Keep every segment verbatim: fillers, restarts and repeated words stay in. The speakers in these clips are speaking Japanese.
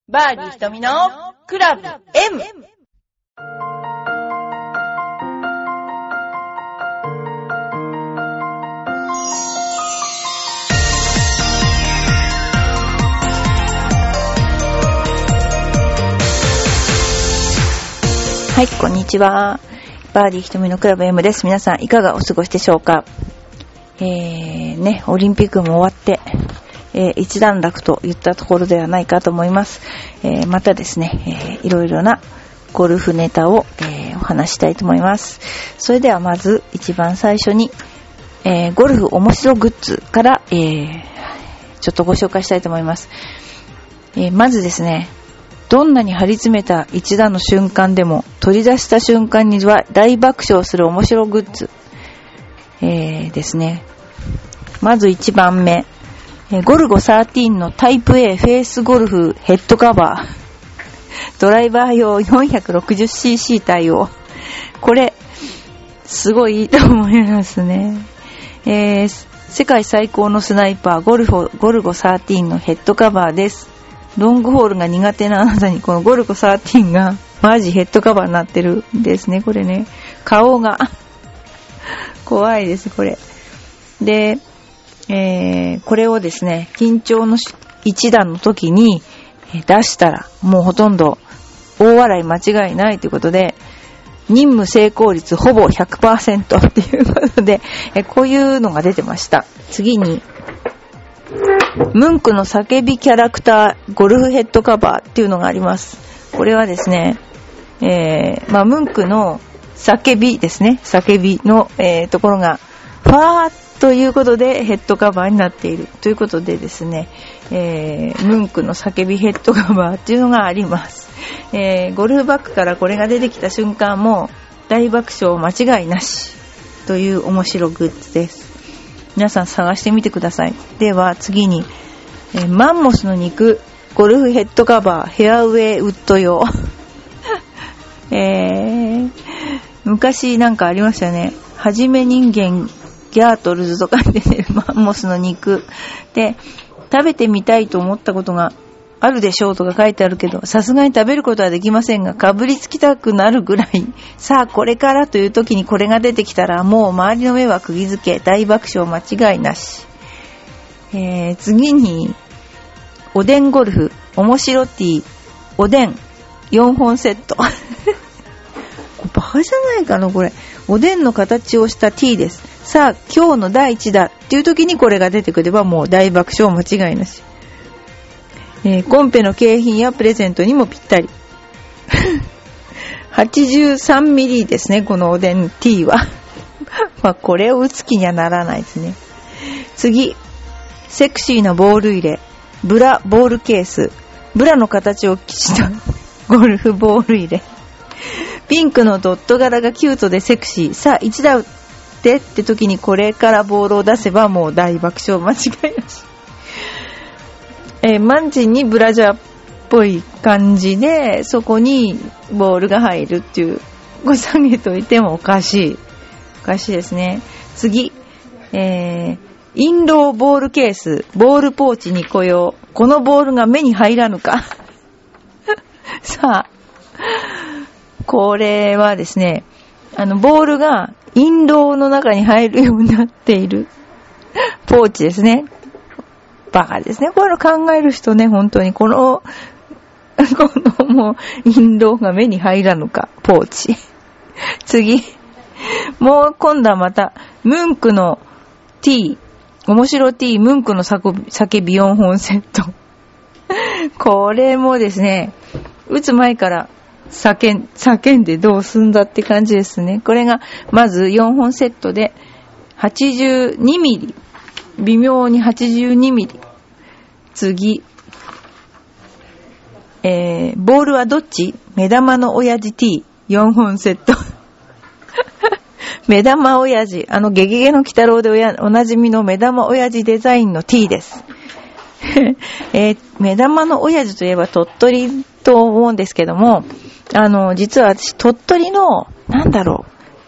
バーディー瞳のクラブ M。 はい、こんにちは。バーディー瞳のクラブ M です。皆さんいかがお過ごしでしょうか。えー、ね、オリンピックも終わって、えー、一段落といったところではないかと思います。えー、またですね、えー、いろいろなゴルフネタを、えー、お話したいと思います。それではまず一番最初に、えー、ゴルフ面白グッズから、えー、ちょっとご紹介したいと思います。えー、まずですね、どんなに張り詰めた一打の瞬間でも取り出した瞬間には大爆笑する面白グッズ、えー、ですね。まずいちばんめ、ゴルゴじゅうさんのタイプ A フェイスゴルフヘッドカバードライバー用 よんひゃくろくじゅっシーシー 対応。これすごいいいと思いますね。えー、世界最高のスナイパーゴルフゴルゴじゅうさんのヘッドカバーです。ロングホールが苦手なあなたにこのゴルゴじゅうさんがマジヘッドカバーになってるんですね。これね、顔が怖いですこれで。えー、これをですね、緊張の一段の時に出したらもうほとんど大笑い間違いないということで、任務成功率ほぼ ひゃくパーセント っていうことで、えこういうのが出てました。次にムンクの叫びキャラクターゴルフヘッドカバーっていうのがあります。これはですね、えー、まあムンクの叫びですね、叫びの、えー、ところがファーということでヘッドカバーになっているということでですね、えー、ムンクの叫びヘッドカバーっていうのがあります。えー、ゴルフバッグからこれが出てきた瞬間も大爆笑間違いなしという面白グッズです。皆さん探してみてください。では次に、えー、マンモスの肉ゴルフヘッドカバーヘアウェイウッド用えー、昔なんかありましたね。はじめ人間ギャートルズとかに出てるマンモスの肉で、食べてみたいと思ったことがあるでしょうとか書いてあるけど、さすがに食べることはできませんが、かぶりつきたくなるぐらい、さあこれからという時にこれが出てきたらもう周りの目は釘付け、大爆笑間違いなし。えー、次におでんゴルフ面白ティーおでんよんほんセットバカじゃないかなこれ。おでんの形をした T です。さあ今日の第一打っていう時にこれが出てくればもう大爆笑間違いなし。えー、コンペの景品やプレゼントにもぴったりはちじゅうさんミリですね、このおでん T はまあこれを打つ気にはならないですね。次、セクシーなボール入れブラボールケース、ブラの形をしたゴルフボール入れ、ピンクのドット柄がキュートでセクシー。さあ一打打ってって時にこれからボールを出せばもう大爆笑間違いなし。えー、マンチンにブラジャーっぽい感じでそこにボールが入るっていう、これ下げといてもおかしいおかしいですね。次、えー、インローボールケースボールポーチに雇用、このボールが目に入らぬかさあこれはですね、あのボールがインローの中に入るようになっているポーチですね。バカですね。こういうの考える人ね、本当にこのこのもうインローが目に入らぬかポーチ。次、もう今度はまたムンクの T 面白 T ムンクの叫びよんほんセット。これもですね、打つ前から叫ん、叫んでどうすんだって感じですね。これがまずよんほんセットではちじゅうにミリ、微妙にはちじゅうにミリ。次、えー、ボールはどっち？目玉の親父 T よんほんセット目玉親父、あのゲゲゲの鬼太郎でおやおなじみの目玉親父デザインの T ですえー、目玉の親父といえば鳥取と思うんですけども、あの実は私鳥取のなんだろう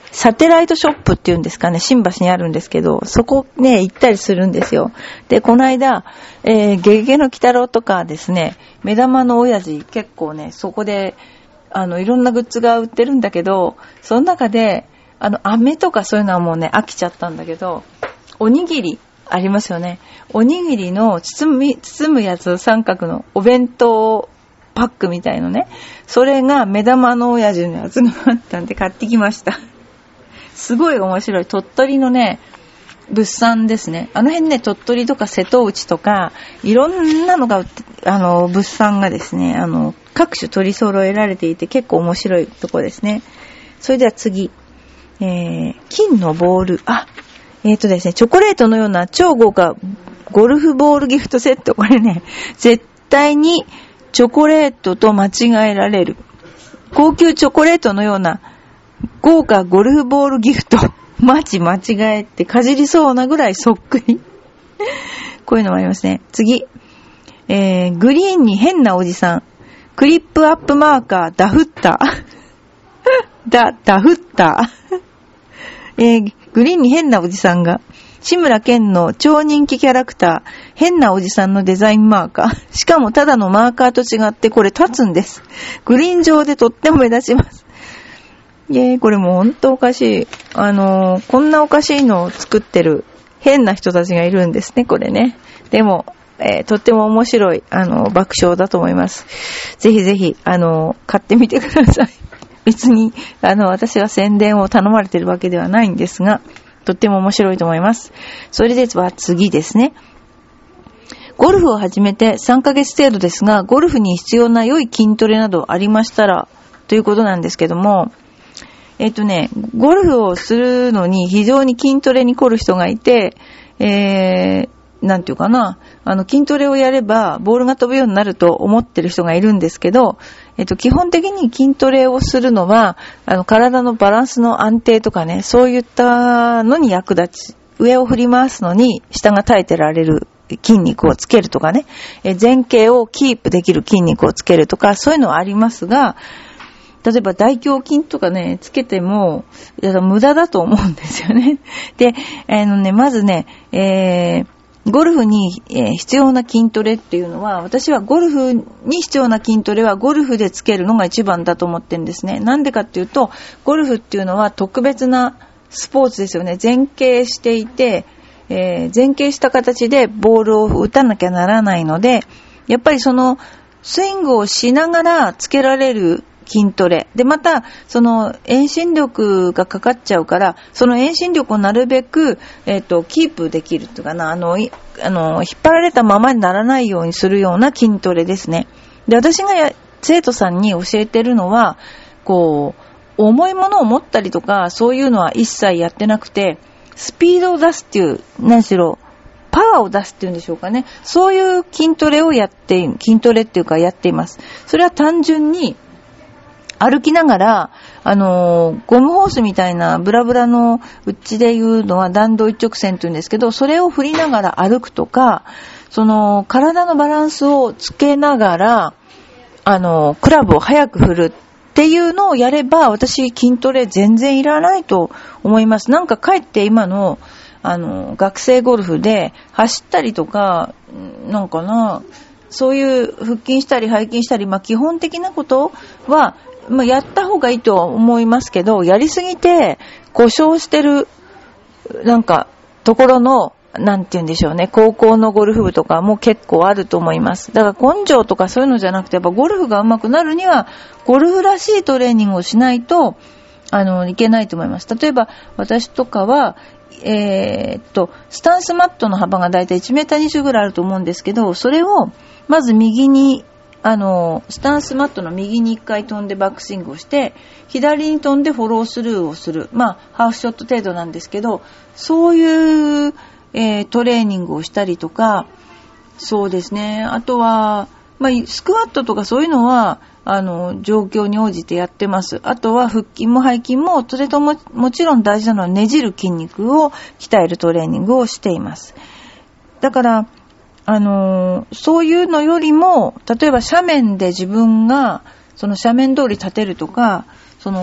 サテライトショップっていうんですかね、新橋にあるんですけど、そこね、行ったりするんですよ。で、この間、えー、ゲゲの鬼太郎とかですね、目玉の親父、結構ね、そこで、あの、いろんなグッズが売ってるんだけど、その中で、あの、飴とかそういうのはもうね、飽きちゃったんだけど、おにぎり、ありますよね。おにぎりの包み、包むやつ、三角のお弁当パックみたいのね。それが目玉の親父のやつがあったんで買ってきました。すごい面白い。鳥取のね、物産ですね。あの辺ね、鳥取とか瀬戸内とか、いろんなのが売って、あの、物産がですね、あの、各種取り揃えられていて結構面白いとこですね。それでは次。えー、金のボール。あ、えーとですね、チョコレートのような超豪華ゴルフボールギフトセット。これね、絶対にチョコレートと間違えられる。高級チョコレートのような豪華ゴルフボールギフト。マジ間違えてかじりそうなぐらいそっくり。こういうのもありますね。次。えー、グリーンに変なおじさん。クリップアップマーカー、ダフッタ。ダ、ダフッタ。えー、グリーンに変なおじさんが、志村けんの超人気キャラクター、変なおじさんのデザインマーカー。しかもただのマーカーと違ってこれ立つんです。グリーン上でとっても目立ちます。えー、これもうほんとおかしい。あのー、こんなおかしいのを作ってる変な人たちがいるんですね、これね。でも、えー、とっても面白い、あのー、爆笑だと思います。ぜひぜひ、あのー、買ってみてください。別に、あの、私は宣伝を頼まれてるわけではないんですが、とっても面白いと思います。それでは次ですね。ゴルフを始めてさんかげつ程度ですが、ゴルフに必要な良い筋トレなどありましたら、ということなんですけども、えっとね、ゴルフをするのに非常に筋トレに凝る人がいて、えー、なんていうかな、あの筋トレをやればボールが飛ぶようになると思ってる人がいるんですけど、えっと基本的に筋トレをするのはあの体のバランスの安定とかね、そういったのに役立ち、上を振り回すのに下が耐えてられる筋肉をつけるとかね、え前傾をキープできる筋肉をつけるとか、そういうのはありますが、例えば大胸筋とかね、つけても無駄だと思うんですよね。で、あのね、まずね、えーゴルフに、えー、必要な筋トレっていうのは、私はゴルフに必要な筋トレはゴルフでつけるのが一番だと思ってるんですね。なんでかっていうと、ゴルフっていうのは特別なスポーツですよね。前傾していて、えー、前傾した形でボールを打たなきゃならないので、やっぱりそのスイングをしながらつけられる筋トレ。で、また、その、遠心力がかかっちゃうから、その遠心力をなるべく、えっと、キープできるっていうかな、あの、いあの、引っ張られたままにならないようにするような筋トレですね。で、私がや生徒さんに教えてるのは、こう、重いものを持ったりとか、そういうのは一切やってなくて、スピードを出すっていう、何しろ、パワーを出すっていうんでしょうかね。そういう筋トレをやって、筋トレっていうかやっています。それは単純に、歩きながら、あのー、ゴムホースみたいなブラブラのうちで言うのは弾道一直線って言うんですけど、それを振りながら歩くとか、その体のバランスをつけながら、あのー、クラブを早く振るっていうのをやれば、私筋トレ全然いらないと思います。なんかかえって今の、あのー、学生ゴルフで走ったりとか、なんかな、そういう腹筋したり背筋したり、まあ基本的なことは、まあ、やった方がいいとは思いますけど、やりすぎて故障してるなんかところの、なんて言うんでしょうね、高校のゴルフ部とかも結構あると思います。だから根性とかそういうのじゃなくて、やっぱゴルフが上手くなるにはゴルフらしいトレーニングをしないとあのいけないと思います。例えば私とかはえー、っとスタンスマットの幅がだいたいいちメーターにじゅうぐらいあると思うんですけど、それをまず右にあのスタンスマットの右にいっかい飛んでバックスイングをして、左に飛んでフォロースルーをする、まあハーフショット程度なんですけど、そういう、えー、トレーニングをしたりとか、そうですね、あとは、まあ、スクワットとかそういうのはあの状況に応じてやってます。あとは腹筋も背筋も、それとももちろん大事なのはねじる筋肉を鍛えるトレーニングをしています。だからあのー、そういうのよりも、例えば斜面で自分がその斜面通り立てるとか、その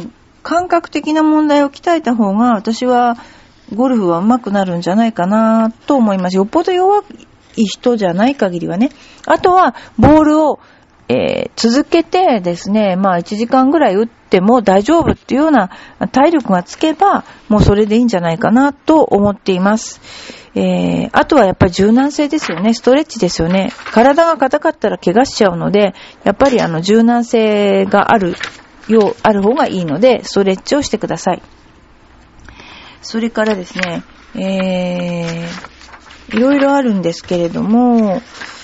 感覚的な問題を鍛えた方が私はゴルフは上手くなるんじゃないかなと思います。よっぽど弱い人じゃない限りはね。あとはボールを、えー、続けてですね、まあいちじかんぐらい打っても大丈夫っていうような体力がつけばもうそれでいいんじゃないかなと思っています。えー、あとはやっぱり柔軟性ですよね。ストレッチですよね。体が硬かったら怪我しちゃうので、やっぱりあの柔軟性があるよう、ある方がいいので、ストレッチをしてください。それからですね、えー、いろいろあるんですけれども、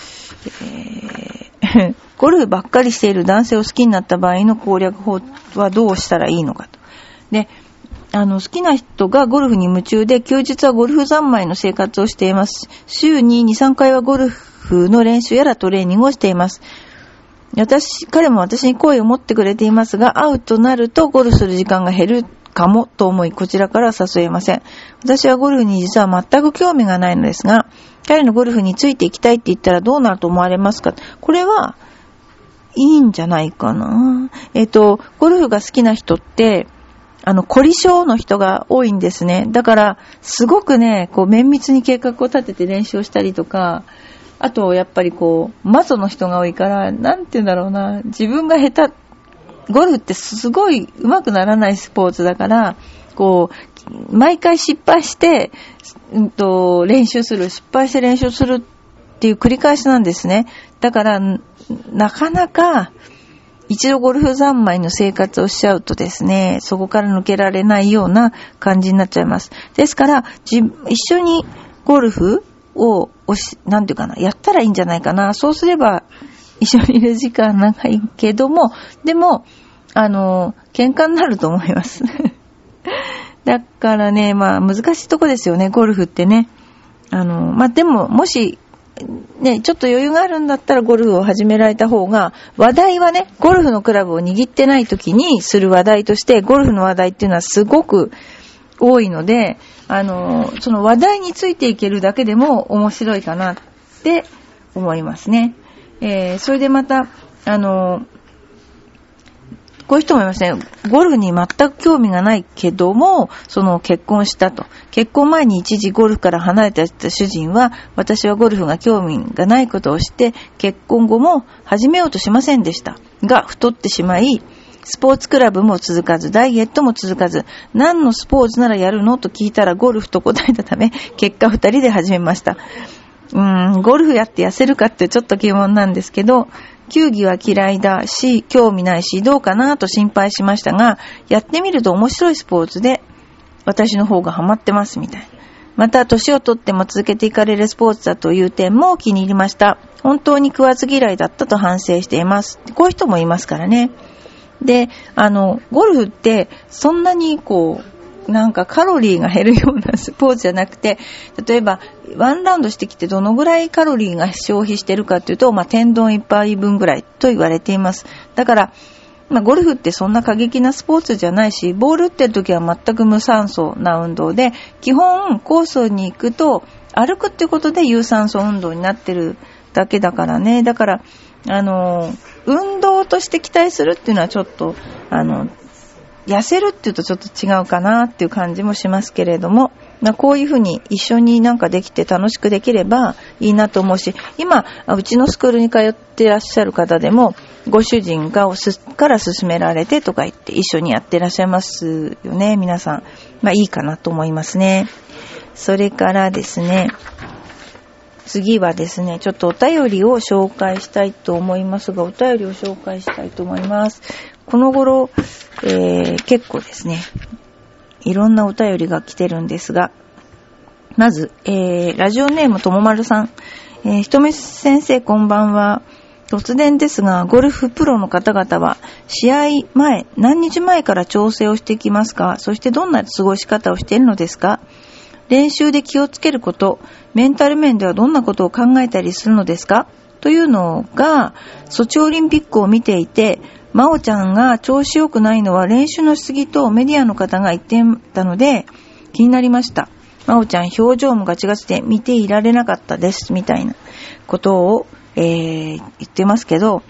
えー、ゴルフばっかりしている男性を好きになった場合の攻略法はどうしたらいいのかと。で、あの、好きな人がゴルフに夢中で、休日はゴルフ三昧の生活をしています。週にに、さんかいはゴルフの練習やらトレーニングをしています。私、彼も私に好意を持ってくれていますが、会うとなるとゴルフする時間が減るかもと思い、こちらからは誘えません。私はゴルフに実は全く興味がないのですが、彼のゴルフについていきたいって言ったらどうなると思われますか？これはいいんじゃないかな。えっと、ゴルフが好きな人って、あの、凝り性の人が多いんですね。だから、すごくね、こう、綿密に計画を立てて練習をしたりとか、あと、やっぱりこう、マゾの人が多いから、なんて言うんだろうな、自分が下手、ゴルフってすごい上手くならないスポーツだから、こう、毎回失敗して、うんと、練習する、失敗して練習するっていう繰り返しなんですね。だから、なかなか、一度ゴルフ三昧の生活をしちゃうとですね、そこから抜けられないような感じになっちゃいます。ですから、一緒にゴルフを、なんていうかな、やったらいいんじゃないかな。そうすれば、一緒にいる時間長いけども、でも、あの、喧嘩になると思います。だからね、まあ、難しいとこですよね、ゴルフってね。あの、まあ、でも、もし、ね、ちょっと余裕があるんだったらゴルフを始められた方が、話題はね、ゴルフのクラブを握ってない時にする話題として、ゴルフの話題っていうのはすごく多いので、あの、その話題についていけるだけでも面白いかなって思いますね。えー、それでまた、あの、こういう人もいますね。ゴルフに全く興味がないけども、その結婚したと。結婚前に一時ゴルフから離れていた主人は、私はゴルフが興味がないことを知って、結婚後も始めようとしませんでした。が、太ってしまい、スポーツクラブも続かず、ダイエットも続かず、何のスポーツならやるのと聞いたらゴルフと答えたため、結果二人で始めました。うーん、ゴルフやって痩せるかってちょっと疑問なんですけど、球技は嫌いだし、興味ないし、どうかなと心配しましたが、やってみると面白いスポーツで、私の方がハマってますみたいな。また、年を取っても続けていかれるスポーツだという点も気に入りました。本当に食わず嫌いだったと反省しています。こういう人もいますからね。で、あの、ゴルフって、そんなにこう、なんかカロリーが減るようなスポーツじゃなくて、例えばワンラウンドしてきてどのぐらいカロリーが消費してるかというと、まあ、天丼一杯分ぐらいと言われています。だから、まあ、ゴルフってそんな過激なスポーツじゃないし、ボール打ってる時は全く無酸素な運動で、基本コースに行くと歩くってことで有酸素運動になってるだけだからね。だから、あの、運動として期待するっていうのはちょっと、あの、痩せるっていうとちょっと違うかなっていう感じもしますけれども、まあ、こういうふうに一緒になんかできて楽しくできればいいなと思うし、今うちのスクールに通っていらっしゃる方でもご主人がおすから勧められてとか言って一緒にやってらっしゃいますよね、皆さん。まあいいかなと思いますね。それからですね、次はですね、ちょっとお便りを紹介したいと思いますが、お便りを紹介したいと思います。この頃、えー、結構ですね、いろんなお便りが来てるんですが、まず、えー、ラジオネームともまるさん、えー、ひとみ先生こんばんは。突然ですが、ゴルフプロの方々は試合前、何日前から調整をしていきますか？そしてどんな過ごし方をしているのですか？練習で気をつけること、メンタル面ではどんなことを考えたりするのですか？というのが、ソチオリンピックを見ていて、真央ちゃんが調子良くないのは練習のしすぎとメディアの方が言ってたので気になりました。真央ちゃん表情もガチガチで見ていられなかったですみたいなことを、えー、言ってますけど、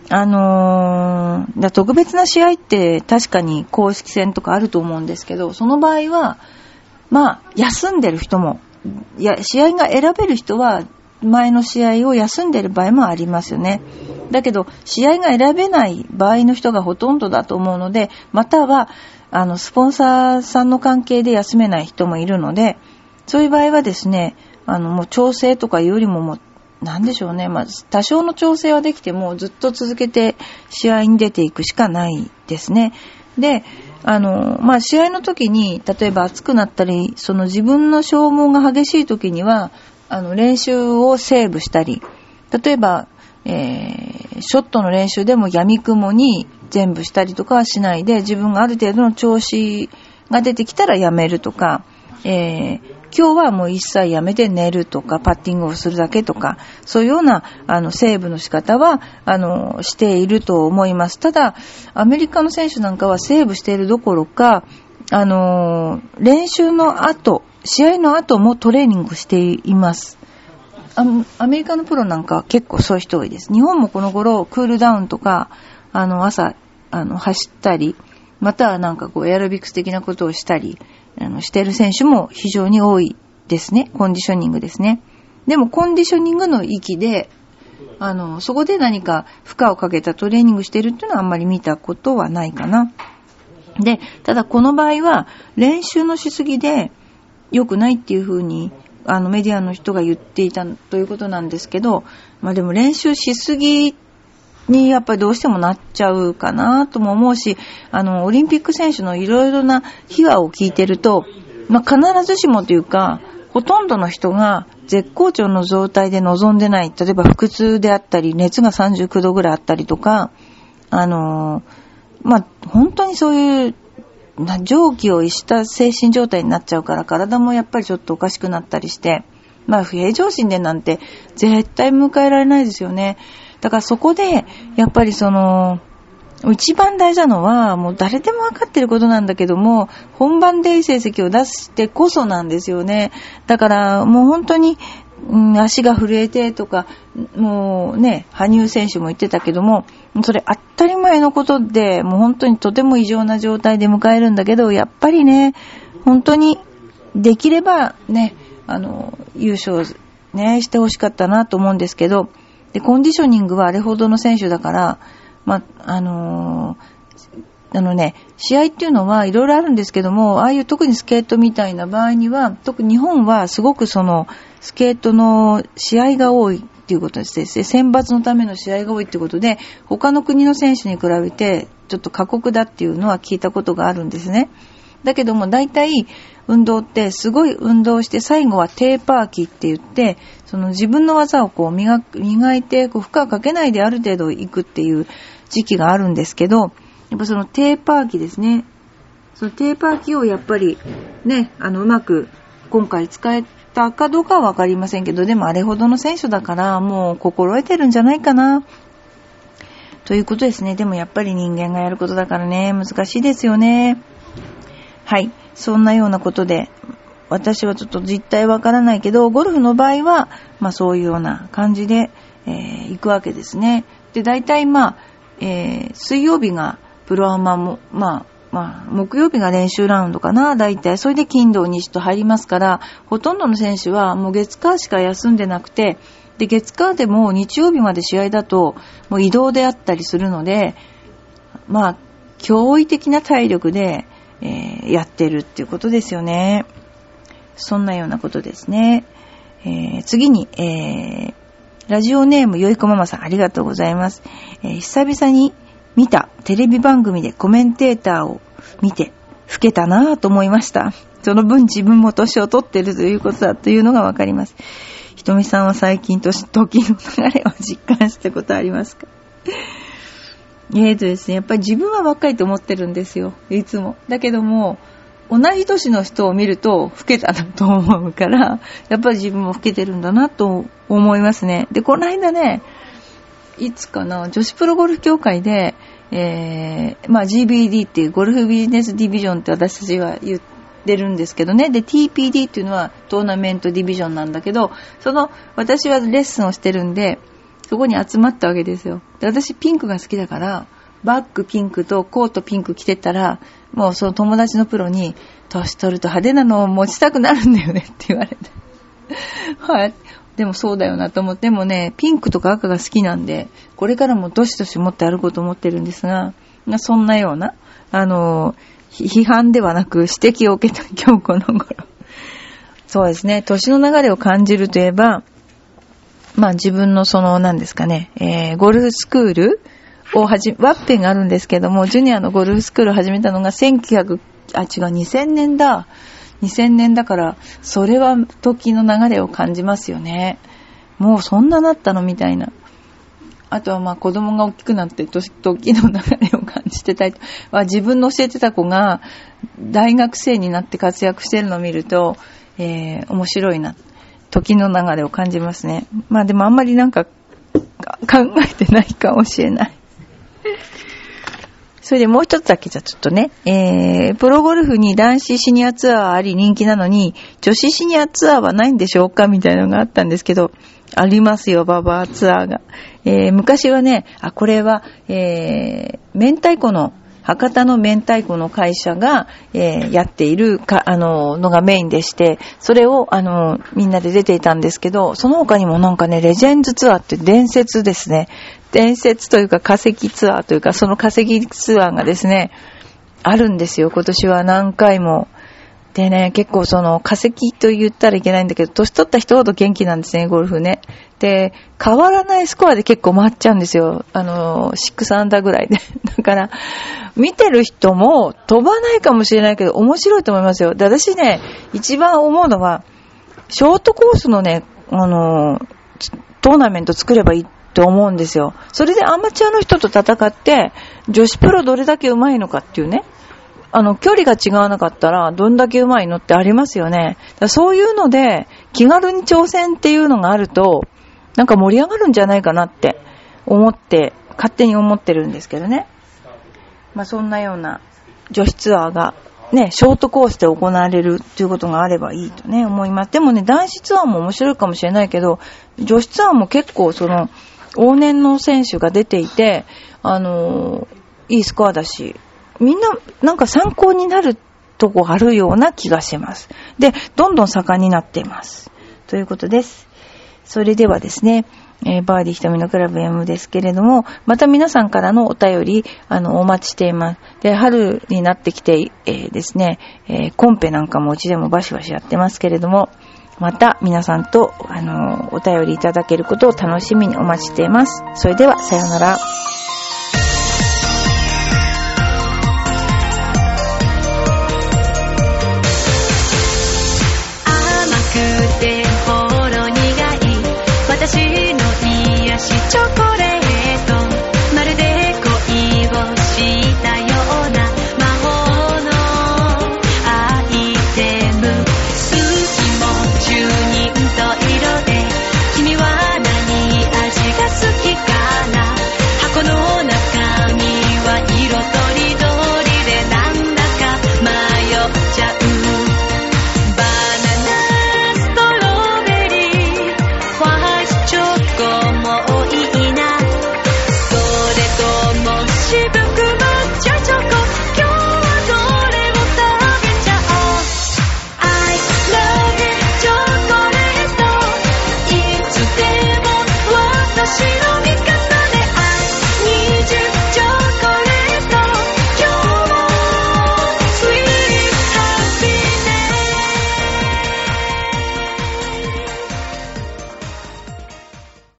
あのー、だ特別な試合って確かに公式戦とかあると思うんですけど、その場合は、まあ、休んでる人も、いや、試合が選べる人は、前の試合を休んでる場合もありますよね。だけど、試合が選べない場合の人がほとんどだと思うので、または、あの、スポンサーさんの関係で休めない人もいるので、そういう場合はですね、あの、もう調整とかよりももう、なんでしょうね。まあ、多少の調整はできてもずっと続けて試合に出ていくしかないですね。で、あの、まあ、試合の時に、例えば暑くなったり、その自分の消耗が激しい時には、あの、練習をセーブしたり、例えば、えー、ショットの練習でも闇雲に全部したりとかはしないで、自分がある程度の調子が出てきたらやめるとか、えー今日はもう一切やめて寝るとか、パッティングをするだけとか、そういうような、あの、セーブの仕方は、あの、していると思います。ただ、アメリカの選手なんかはセーブしているどころか、あの、練習の後、試合の後もトレーニングしています。アメリカのプロなんかは結構そういう人多いです。日本もこの頃、クールダウンとか、あの、朝、あの、走ったり、またはなんかこうエアロビクス的なことをしたりあのしている選手も非常に多いですね。コンディショニングですね。でもコンディショニングの域であのそこで何か負荷をかけたトレーニングしているっていうのはあんまり見たことはないかな。で、ただこの場合は練習のしすぎで良くないっていうふうにあのメディアの人が言っていたということなんですけど、まあでも練習しすぎにやっぱりどうしてもなっちゃうかなとも思うし、あのオリンピック選手のいろいろな秘話を聞いてると、まあ、必ずしもというかほとんどの人が絶好調の状態で臨んでない、例えば腹痛であったり熱がさんじゅうきゅうどぐらいあったりとか、あのまあ本当にそういう常軌を逸した精神状態になっちゃうから体もやっぱりちょっとおかしくなったりして、まあ平常心でなんて絶対迎えられないですよね。だからそこでやっぱりその一番大事なのはもう誰でも分かってることなんだけども、本番でいい成績を出してこそなんですよね。だからもう本当に、うん、足が震えてとかもうね、羽生選手も言ってたけども、それ当たり前のことでもう本当にとても異常な状態で迎えるんだけど、やっぱりね本当にできればねあの優勝ねしてほしかったなと思うんですけど、でコンディショニングはあれほどの選手だから、まあのー、あのね試合っていうのはいろいろあるんですけども、ああいう特にスケートみたいな場合には、特に日本はすごくそのスケートの試合が多いっていうことですね。選抜のための試合が多いっていうことで、他の国の選手に比べてちょっと過酷だっていうのは聞いたことがあるんですね。だけども大体運動ってすごい運動して最後はテーパー期って言って、その自分の技をこう磨く、磨いてこう負荷をかけないである程度いくっていう時期があるんですけど、やっぱそのテーパー期ですね。そのテーパー期をやっぱりね、あのうまく今回使えたかどうかはわかりませんけど、でもあれほどの選手だからもう心得てるんじゃないかなということですね。でもやっぱり人間がやることだからね、難しいですよね。はい、そんなようなことで、私はちょっと実態わからないけど、ゴルフの場合は、まあそういうような感じで、えー、行くわけですね。で、大体まあ、えー、水曜日がプロアマも、まあ、まあ、木曜日が練習ラウンドかな、大体。それで金土日と入りますから、ほとんどの選手はもう月火しか休んでなくて、で、月火でも日曜日まで試合だと、もう移動であったりするので、まあ、驚異的な体力で、えー、やってるっていうことですよね。そんなようなことですね。えー、次に、えー、ラジオネームよいこママさん、ありがとうございます。えー、久々に見たテレビ番組でコメンテーターを見て老けたなぁと思いました。その分自分も年を取っているということだというのがわかります。ひとみさんは最近時の流れを実感したことありますか？えーとですね、やっぱり自分は若いと思ってるんですよ、いつも。だけども同じ年の人を見ると老けたなと思うから、やっぱり自分も老けてるんだなと思いますね。で、この間ね、いつかな、女子プロゴルフ協会で、えー、まあ ジービーディー っていうゴルフビジネスディビジョンって私たちは言ってるんですけどね。で、ティーピーディー っていうのはトーナメントディビジョンなんだけど、その私はレッスンをしてるんで、 そこに集まったわけですよ。で、私ピンクが好きだから、バッグピンクとコートピンク着てたら、もうその友達のプロに、年取ると派手なのを持ちたくなるんだよねって言われて。はい。でもそうだよなと思って、でもね、ピンクとか赤が好きなんで、これからもどしどし持って歩こうと思ってるんですが、そんなような、あの、批判ではなく指摘を受けた今日この頃。そうですね、年の流れを感じるといえば、まあ自分のその何ですかね、えー、ゴルフスクールをはじ、ワッペンがあるんですけども、ジュニアのゴルフスクールを始めたのがせんきゅうひゃく、あ、違う、にせんねんだ。にせんねんだから、それは時の流れを感じますよね。もうそんななったのみたいな。あとはまあ子供が大きくなって時の流れを感じてたり、自分の教えてた子が大学生になって活躍してるのを見ると、えー、面白いな。時の流れを感じますね。まあでもあんまりなんか考えてないかもしれない。それでもう一つだけじゃちょっとね、えー、プロゴルフに男子シニアツアーあり人気なのに、女子シニアツアーはないんでしょうかみたいなのがあったんですけど、ありますよ、ババアツアーが。えー、昔はね、あ、これは、えー、明太子の、博多の明太子の会社が、えー、やっているか、あの、のがメインでして、それを、あの、みんなで出ていたんですけど、その他にもなんかね、レジェンズツアーって伝説ですね。伝説というか化石ツアーというか、その化石ツアーがですね、あるんですよ。今年は何回も。でね、結構その化石と言ったらいけないんだけど、年取った人ほど元気なんですね、ゴルフね。で、変わらないスコアで結構回っちゃうんですよ。あの、ろくアンダーぐらいで。だから、見てる人も飛ばないかもしれないけど、面白いと思いますよ。で、私ね、一番思うのは、ショートコースのね、あの、トーナメント作ればいいと思うんですよ。それでアマチュアの人と戦って、女子プロどれだけ上手いのかっていうね。あの、距離が違わなかったら、どんだけ上手いのってありますよね。だからそういうので、気軽に挑戦っていうのがあると、なんか盛り上がるんじゃないかなって思って、勝手に思ってるんですけどね。まあそんなような女子ツアーが、ね、ショートコースで行われるっていうことがあればいいとね、思います。でもね、男子ツアーも面白いかもしれないけど、女子ツアーも結構その、往年の選手が出ていて、あのー、いいスコアだし、みんななんか参考になるとこあるような気がします。で、どんどん盛んになっています。ということです。それではですね、えー、バーディーひとみのクラブ M ですけれども、また皆さんからのお便り、あの、お待ちしています。で、春になってきて、えー、ですね、えー、コンペなんかもうちでもバシバシやってますけれども、また皆さんと、あの、お便りいただけることを楽しみにお待ちしています。それでは、さようなら。 ほろ苦い私の癒しチョコ